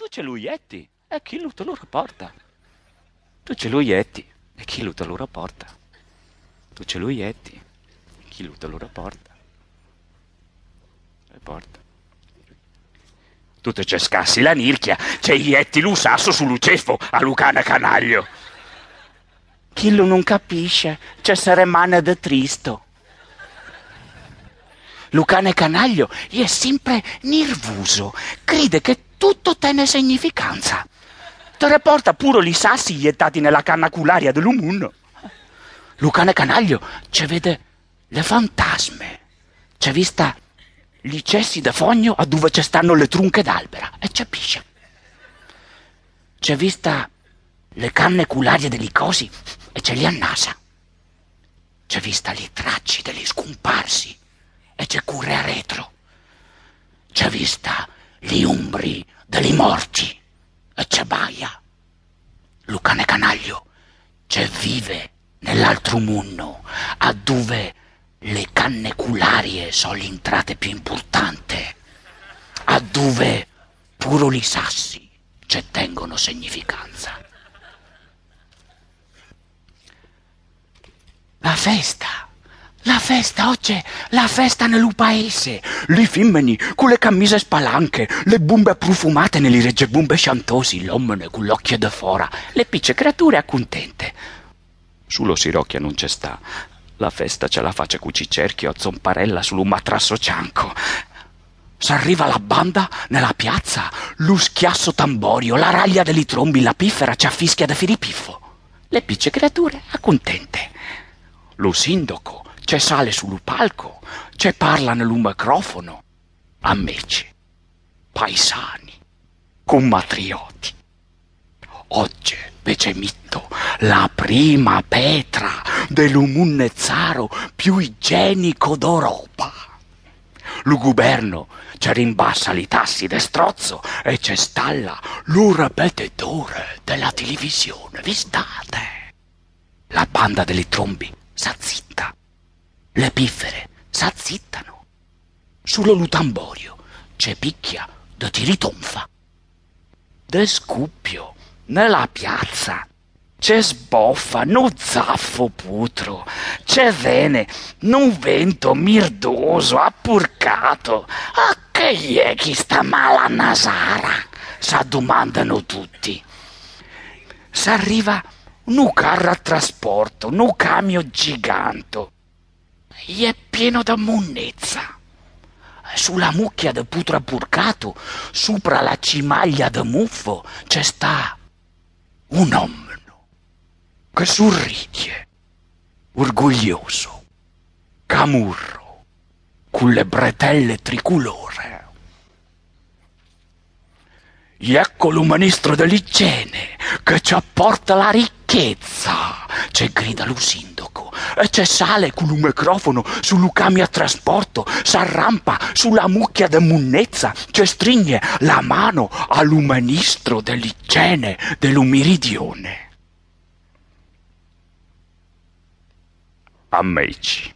c'è lui Yeti, e chi lo te lo rapporta? Tu c'è lui Yeti, e chi lo te lo rapporta? Tu c'è lui Yeti, e chi lo te lo rapporta? Rapporta. Tu te c'è scassi la nirchia, c'è Yeti lo sasso su Lucefo, a Lucana Canaglio. Chi lo non capisce, c'è seremane de tristo. Lucane Canaglio è sempre nervoso, crede che tutto tiene significanza. Te reporta pure i sassi iettati nella cannacularia dell'umunno. Lucane Canaglio ci vede le fantasme, c'è vista gli cessi de fogno a dove ci stanno le trunche d'albera e capisce. C'è vista le canne cularie degli cosi e ce li annasa. C'è vista le tracce degli scomparsi e c'è corre a retro. C'è vista gli umbri degli morti e c'è baia. Lucane Canaglio c'è vive nell'altro mondo, a dove le canne cularie sono l'entrate più importanti, a dove puro li sassi ci tengono significanza. La festa oggi, la festa nel paese, le femmini con le camicie spalanche, le bombe profumate nelle reggebombe sciantosi, l'uomo con l'occhio da fora, le piccole creature accontente. Sullo Sirocchia non c'è sta, la festa ce la face con Cicerchio a zomparella sullo matrasso cianco. S'arriva la banda nella piazza, lo schiasso tamborio, la raglia degli trombi, la piffera ci affischia da firipiffo. Le piccole creature accontente. Lo sindaco c'è sale sul palco, c'è parla nel microfono, amici, paesani, compatrioti. Oggi invece mitto la prima pietra dell'umunnezzaro più igienico d'Europa. Lo governo ci rimbassa i tassi de strozzo e c'è stalla lo ripetitore della televisione, vi state? La banda delle trombi s'azzitta, le piffere s'azzittano, sullo lutamborio c'è picchia da tiritonfa, de scuppio nella piazza c'è sboffa no zaffo putro, c'è vene no vento mirdoso appurcato. A che è chi sta mala nasara? S'addomandano tutti. S'arriva nu carro a trasporto, nu camion giganto. È pieno da monnezza. Sulla mucchia de putro appurcato, sopra la cimaglia de muffo, c'è sta un uomo che sorride, orgoglioso, camurro, con le bretelle tricolore. Ecco il ministro dell'igiene che ci apporta la ricchezza, c'è grida lo sindaco e c'è sale con un microfono sul camion a trasporto, s'arrampa sulla mucchia de munnezza, c'è stringe la mano al ministro dell'igiene dello meridione. Amici,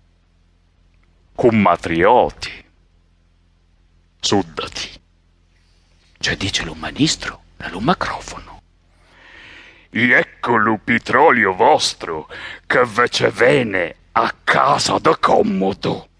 compatrioti, suddati, c'è dice lo ministro nello microfono. Ecco lo petrolio vostro che vece vene a casa da comodo.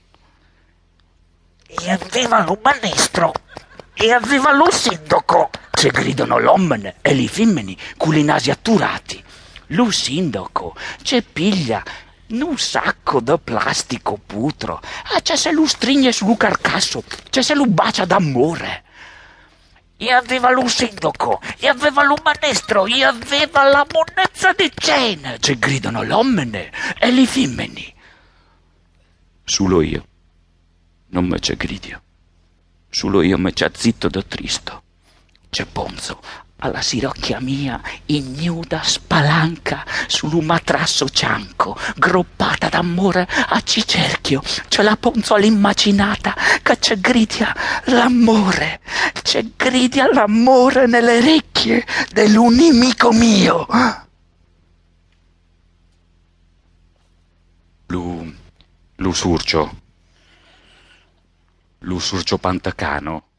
E aveva lo ministro, e aveva lo sindaco, ci gridano l'uomini e le femmine con i nasi atturati. Lo sindaco ci piglia un sacco di plastico putro, c'è se lo stringe sul carcasso, c'è se lo bacia d'amore. e aveva lo sindaco, e aveva lo ministro, e aveva la monnezza di cena. Ci gridano l'uomini e le femmine. Solo io non me c'è gridio, solo io me c'è zitto da tristo. C'è ponzo alla sirocchia mia ignuda spalanca sul matrasso cianco, groppata d'amore a cicerchio. C'è la ponzo all'immaginata che c'è gridia l'amore, c'è gridia l'amore nelle orecchie dell'un nemico mio. Lu surcio pantacano